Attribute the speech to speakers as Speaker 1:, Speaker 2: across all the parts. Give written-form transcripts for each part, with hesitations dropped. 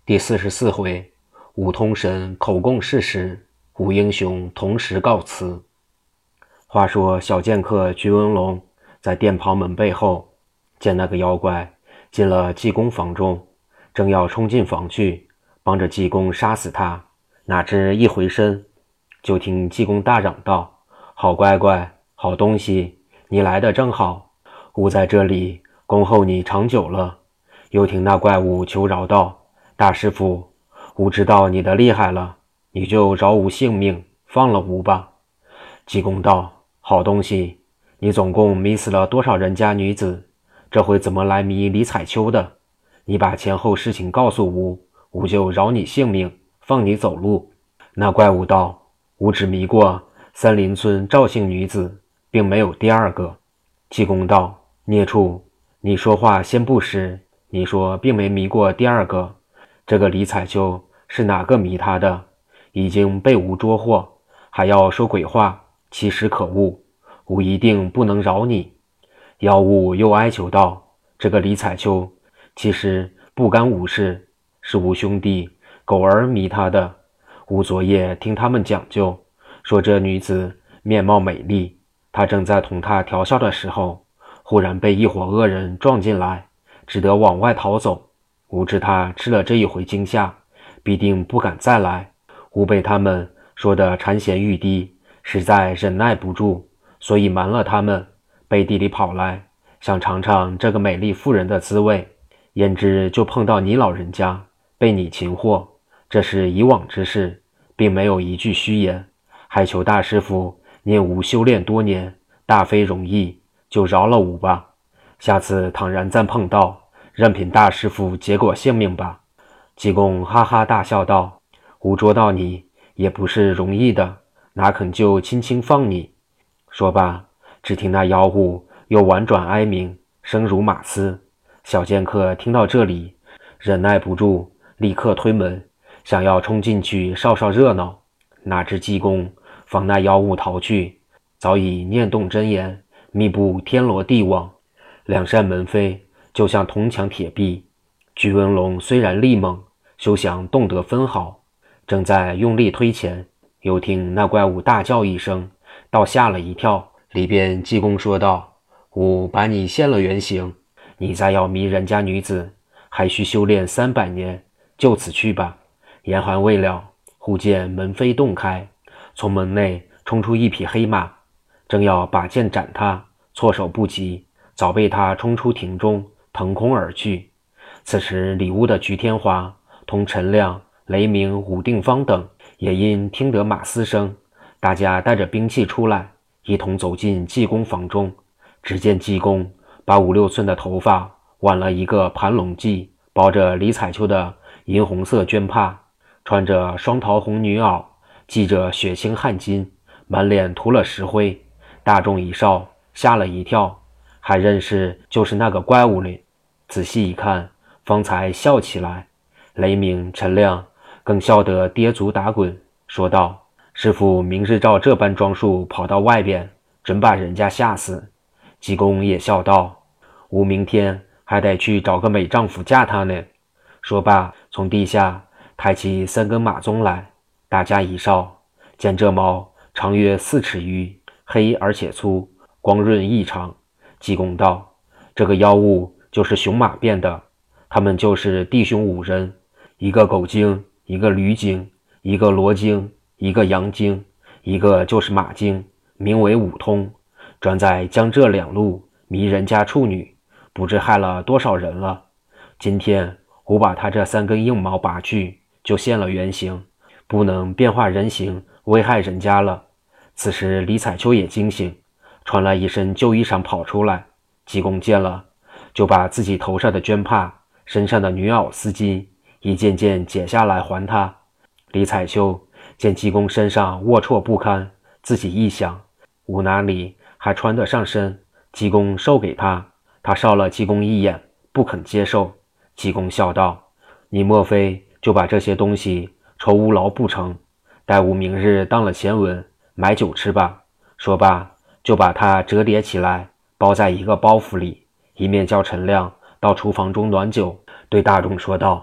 Speaker 1: 第44回，武通神口供事实，武英雄同时告辞。话说小剑客居文龙在殿旁门背后见那个妖怪进了济公房中，正要冲进房去帮着济公杀死他，哪知一回身，就听济公大嚷道：好乖乖，好东西，你来得正好，吾在这里恭候你长久了。又听那怪物求饶道：大师傅，吾知道你的厉害了，你就饶吾性命，放了吾吧。济公道：好东西，你总共迷死了多少人家女子，这回怎么来迷李彩秋的？你把前后事情告诉吾，吾就饶你性命，放你走路。那怪物道：吾只迷过三林村赵姓女子，并没有第二个。济公道：孽畜，你说话先不实，你说并没迷过第二个，这个李彩秋是哪个迷他的？已经被吾捉获，还要说鬼话，其实可恶，吾一定不能饶你。妖物又哀求道：这个李彩秋其实不干吾事，是吾兄弟狗儿迷他的。吾昨夜听他们讲究，说这女子面貌美丽，他正在同她调笑的时候，忽然被一伙恶人撞进来，只得往外逃走。吾知他吃了这一回惊吓，必定不敢再来。吾被他们说得馋涎欲滴，实在忍耐不住，所以瞒了他们，背地里跑来，想尝尝这个美丽妇人的滋味。焉知就碰到你老人家，被你擒获，这是以往之事，并没有一句虚言，还求大师傅念吾修炼多年，大非容易，就饶了吾吧。下次倘然再碰到，任凭大师傅结果性命吧。济公哈哈大笑道：吾捉到你也不是容易的，哪肯就轻轻放你。说罢，只听那妖物又婉转哀鸣，声如马嘶。小剑客听到这里，忍耐不住，立刻推门，想要冲进去稍稍热闹，哪知济公防那妖物逃去，早已念动真言，密布天罗地网，两扇门扉就像铜墙铁壁。居文龙虽然力猛，休想动得分毫，正在用力推前，又听那怪物大叫一声，倒吓了一跳。里边济公说道：吾把你现了原形，你再要迷人家女子，还需修炼300年，就此去吧。言还未了，忽见门扉洞开，从门内冲出一匹黑马，正要把剑斩他，措手不及，早被他冲出庭中，腾空而去。此时里屋的菊天华同陈亮、雷鸣、武定方等也因听得马嘶声，大家带着兵器出来，一同走进济公房中。只见济公把5-6寸的头发挽了一个盘龙髻，包着李彩秋的银红色绢帕，穿着双桃红女袄，系着血青汗巾，满脸涂了石灰。大众一少吓了一跳，还认识就是那个怪物哩。仔细一看，方才笑起来。雷鸣、陈亮更笑得跌足打滚，说道：师傅明日照这般装束跑到外边，准把人家吓死。济公也笑道：吾明天还得去找个美丈夫嫁他呢。说罢，从地下抬起3根马鬃来。大家一哨见这毛长约4尺余，黑而且粗，光润异常。济公道：这个妖物就是雄马变的，他们就是弟兄5人，一个狗精，一个驴精，一个骡精，一个羊精，一个就是马精，名为武通，专在江浙2路迷人家处女，不知害了多少人了。今天吾把他这3根硬毛拔去，就现了原形，不能变化人形危害人家了。此时李彩秋也惊醒，穿了一身旧衣裳跑出来。济公见了，就把自己头上的绢帕、身上的女袄丝巾一件件解下来还他。李彩秋见济公身上龌龊不堪，自己一想，吾哪里还穿得上身，济公授给他，他烧了济公一眼，不肯接受。济公笑道：你莫非就把这些东西酬吾劳不成？待吾明日当了贤文，买酒吃吧。说罢，就把它折叠起来，包在一个包袱里，一面叫陈亮到厨房中暖酒，对大众说道：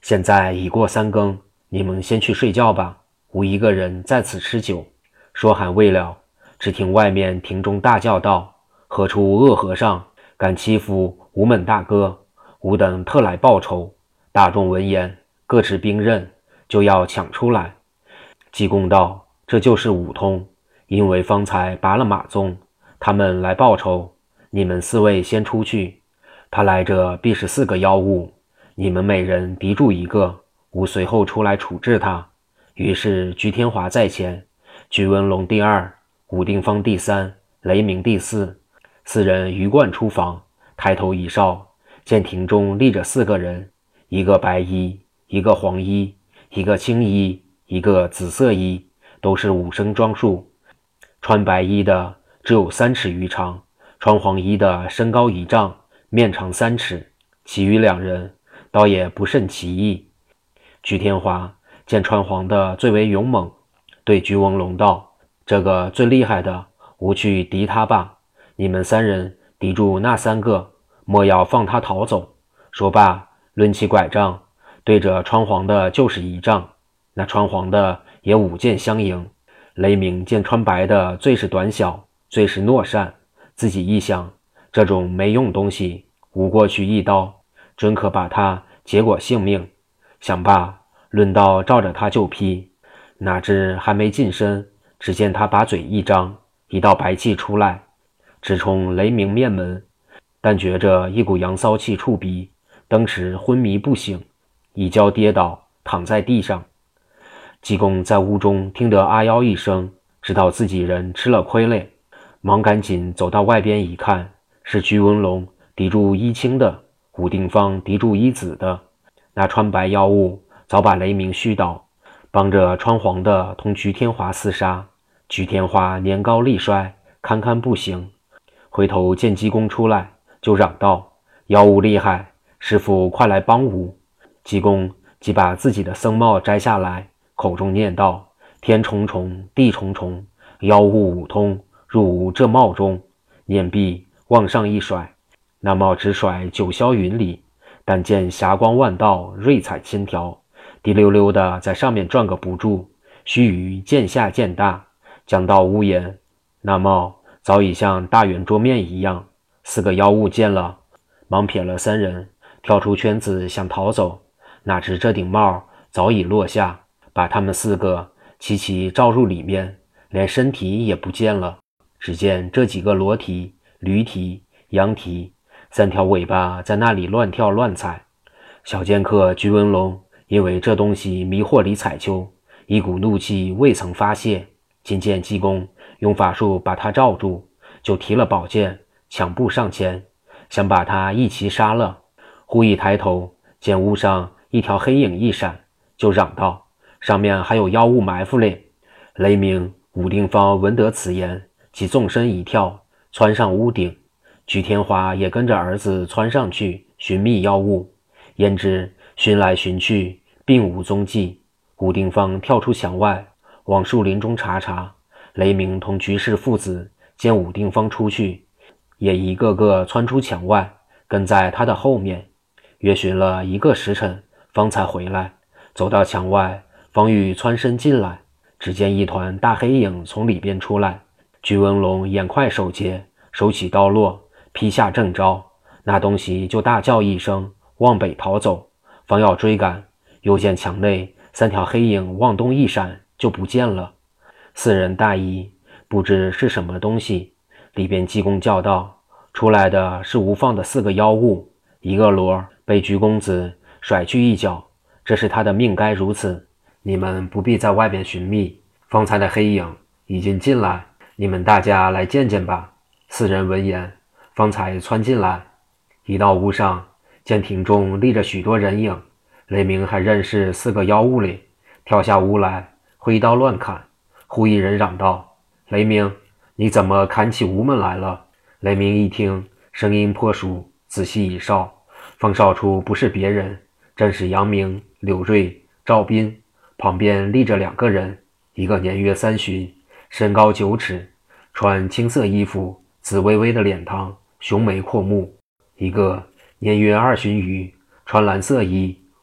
Speaker 1: 现在已过3更，你们先去睡觉吧，无一个人在此吃酒。”说喊未了，只听外面庭中大叫道：“何处恶和尚，敢欺负吾门大哥？吾等特来报仇。”大众闻言，各持兵刃，就要抢出来。济公道：“这就是武通，因为方才拔了马鬃，他们来报仇。你们4位先出去，他来者必是4个妖物，你们每人敌住1个，吾随后出来处置他。”于是鞠天华在前，鞠文龙第2，武定方第3，雷鸣第4，4人鱼贯出房，抬头一哨，见庭中立着4个人，一个白衣，一个黄衣，一个青衣，一个紫色衣，都是武生装束。穿白衣的只有3尺余长，穿黄衣的身高1丈，面长3尺，其余2人倒也不甚奇异。鞠天华见穿黄的最为勇猛，对鞠文龙道：“这个最厉害的，吾去敌他吧，你们3人敌住那3个，莫要放他逃走。”说罢，抡起拐杖，对着穿黄的就是1杖。那穿黄的也舞剑相迎。雷鸣见穿白的最是短小，最是懦善，自己一想，这种没用东西，吾过去一刀，准可把他结果性命。想罢，抡刀照着他就劈，哪知还没近身，只见他把嘴一张，一道白气出来，直冲雷鸣面门，但觉着一股阳骚气触鼻，当时昏迷不醒，一跤跌倒，躺在地上。济公在屋中听得啊腰一声，知道自己人吃了亏嘞，忙赶紧走到外边一看，是鞠文龙敌住一青的，武定方敌住一紫的。那穿白妖物早把雷鸣虚倒，帮着穿黄的同鞠天华厮杀。鞠天华年高力衰，堪堪不行，回头见济公出来，就嚷道：“妖物厉害，师父快来帮吾！”济公即把自己的僧帽摘下来，口中念道：“天重重，地重重，妖物武通，入吾这帽中。”念毕，往上一甩，那帽直甩九霄云里，但见霞光万道，瑞彩千条，滴溜溜的在上面转个不住，须臾渐下渐大，将到屋檐，那帽早已像大圆桌面一样。4个妖物见了，忙撇了3人，跳出圈子想逃走，哪知这顶帽早已落下，把他们4个齐齐罩入里面，连身体也不见了。只见这几个裸体、驴蹄、羊蹄3条尾巴在那里乱跳乱踩。小剑客鞠文龙因为这东西迷惑李彩秋，一股怒气未曾发泄，今见济公用法术把他罩住，就提了宝剑，抢步上前，想把他一齐杀了。忽一抬头，见屋上一条黑影一闪，就嚷道：“上面还有妖物埋伏嘞！”雷鸣、武定方闻得此言，即纵身一跳，窜上屋顶。鞠天华也跟着儿子窜上去寻觅妖物，焉知寻来寻去，并无踪迹。武定方跳出墙外，往树林中查查。雷鸣同鞠氏父子见武定方出去，也一个个窜出墙外，跟在他的后面。约寻了1个时辰，方才回来。走到墙外，方欲窜身进来，只见一团大黑影从里边出来。鞠文龙眼快手捷，手起刀落，劈下正招，那东西就大叫一声，往北逃走。方要追赶，又见墙内3条黑影往东一闪，就不见了。4人大疑，不知是什么东西。里边济公叫道：“出来的是无放的4个妖物，一个罗被鞠公子甩去一脚，这是他的命该如此。你们不必在外边寻觅，方才的黑影已经进来，你们大家来见见吧。”4人闻言，方才窜进来，一到屋上，见庭中立着许多人影。雷鸣还认识4个妖物里，跳下屋来，挥刀乱砍。忽一人嚷道：“雷鸣，你怎么砍起屋门来了？”雷鸣一听，声音颇熟，仔细一哨，方哨出不是别人，正是杨明、柳瑞、赵斌。旁边立着2个人，一个年约30，身高9尺，穿青色衣服，紫微微的脸庞，雄眉阔目；一个年约20余，穿蓝色衣，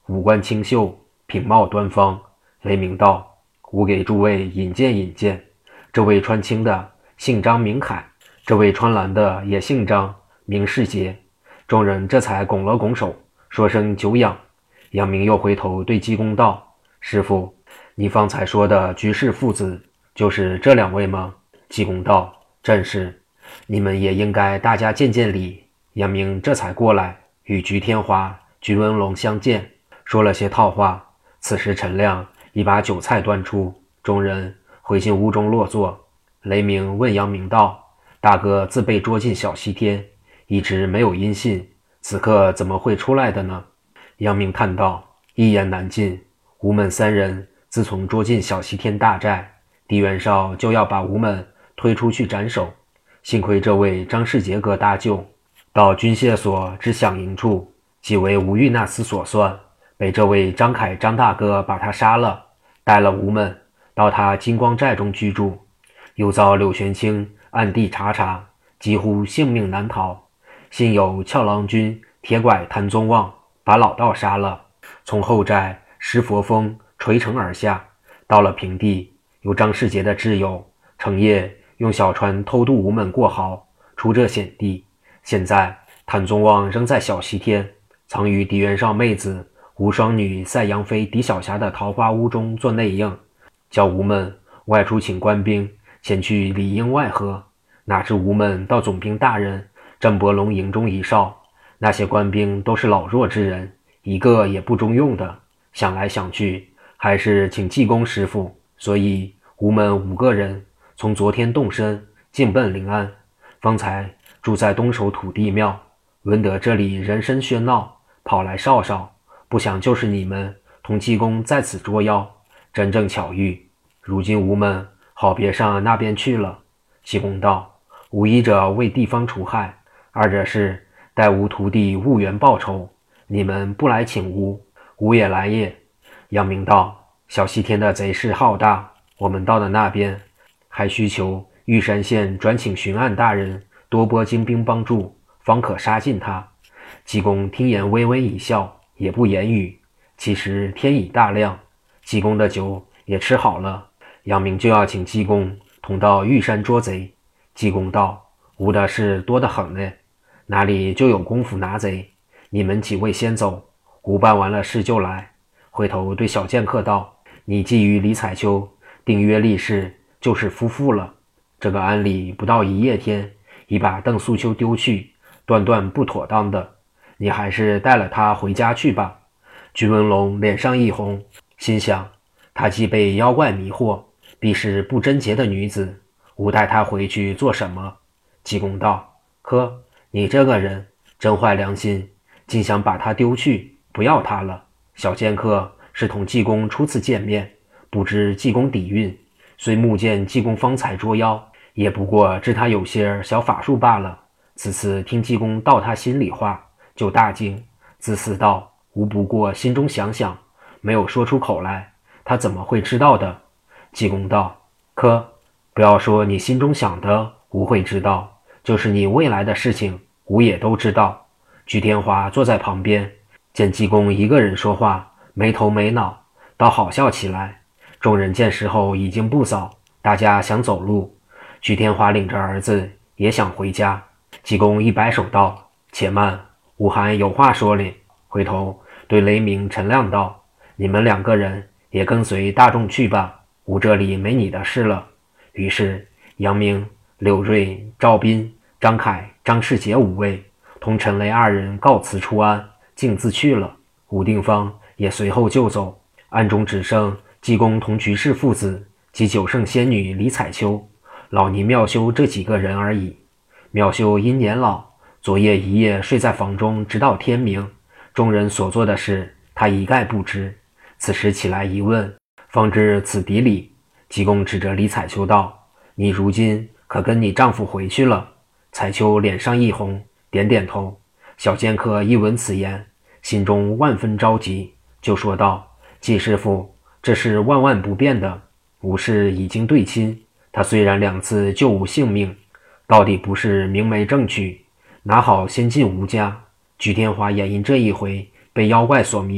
Speaker 1: 五官清秀，品貌端方。雷鸣道：吾给诸位引荐引荐，这位穿青的姓张名凯，这位穿蓝的也姓张名世杰。众人这才拱了拱手，说声久仰。杨明又回头对济公道：师父，你方才说的居士父子就是这两位吗？济公道：正是。你们也应该大家见见礼。杨明这才过来与菊天华、菊文龙相见，说了些套话。此时陈亮已把酒菜端出，众人回进屋中落座。雷鸣问杨明道：大哥自被捉进小西天，一直没有音信，此刻怎么会出来的呢？杨明叹道：一言难尽。吴门三人自从捉进小西天大寨，狄元绍就要把吴门推出去斩首，幸亏这位张世杰哥搭救，到军械所之饷营处，即为吴玉那厮所算，被这位张凯张大哥把他杀了，带了吴门到他金光寨中居住，又遭柳玄清暗地查，几乎性命难逃。幸有俏郎君铁拐谭宗旺把老道杀了，从后寨石佛峰垂城而下，到了平地，由张世杰的挚友程夜用小船偷渡吴门过壕，出这险地。现在谭宗旺仍在小西天，藏于狄元绍妹子无双女赛杨妃狄小霞的桃花屋中做内应，叫吴门外出请官兵前去里应外合。哪知吴门到总兵大人郑伯龙营中一哨，那些官兵都是老弱之人，一个也不中用的。想来想去，还是请济公师傅，所以吴门5个人从昨天动身进奔临安，方才住在东首土地庙，闻得这里人声喧闹，跑来哨哨，不想就是你们同济公在此捉妖，真正巧遇。如今吴门好别上那边去了。济公道：无一者为地方除害，二者是待吾徒弟务缘报仇，你们不来请吾，吾也来也。杨明道：小西天的贼势浩大，我们到了那边还需求玉山县转请巡按大人多拨精兵帮助，方可杀尽他。济公听言微微一笑，也不言语。其实天已大亮，济公的酒也吃好了，杨明就要请济公同到玉山捉贼。济公道：吾的事多得很呢，哪里就有功夫拿贼？你们几位先走，吾办完了事就来。回头对小剑客道：你既与李彩秋订约立誓，就是夫妇了。这个安里不到一夜天，已把邓素秋丢去，断断不妥当的。你还是带了他回家去吧。君文龙脸上一红，心想：他既被妖怪迷惑，必是不贞洁的女子，吾带她回去做什么？济公道：呵，你这个人真坏良心，竟想把她丢去，不要她了。小剑客是同济公初次见面，不知济公底蕴，虽目见济公方才捉妖，也不过知他有些小法术罢了。此次听济公道他心里话，就大惊，自私道：吾不过心中想想，没有说出口来，他怎么会知道的？济公道：可不要说你心中想的吾会知道，就是你未来的事情吾也都知道。鞠天华坐在旁边，见济公一个人说话，没头没脑，倒好笑起来。众人见时候已经不早，大家想走路。鞠天华领着儿子也想回家。济公一摆手道：且慢，吾还有话说哩。回头对雷鸣、陈亮道：你们2个人也跟随大众去吧，吾这里没你的事了。于是杨明、柳瑞、赵斌、张凯、张世杰5位同陈雷2人告辞出安，径自去了。武定方也随后就走，暗中只剩济公同菊氏父子及九圣仙女李彩秋、老尼妙修这几个人而已。妙修因年老，昨夜一夜睡在房中，直到天明，众人所做的事他一概不知。此时起来一问，方知此敌理。济公指着李彩秋道：你如今可跟你丈夫回去了？彩秋脸上一红，点点头。小剑客一闻此言，心中万分着急，就说道：济师傅，这是万万不变的，吾事已经对亲，他虽然2次救吾性命，到底不是明媒正娶，哪好先进吾家？鞠天华也因这一回被妖怪所迷，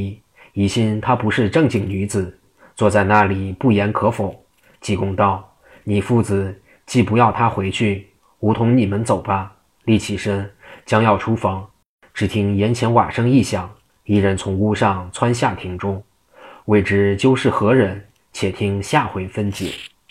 Speaker 1: 疑心她不是正经女子，坐在那里不言可否。济公道：你父子既不要她回去，吾同你们走吧。立起身，将要出房，只听檐前瓦声一响，一人从屋上窜下庭中。未知究是何人，且听下回分解。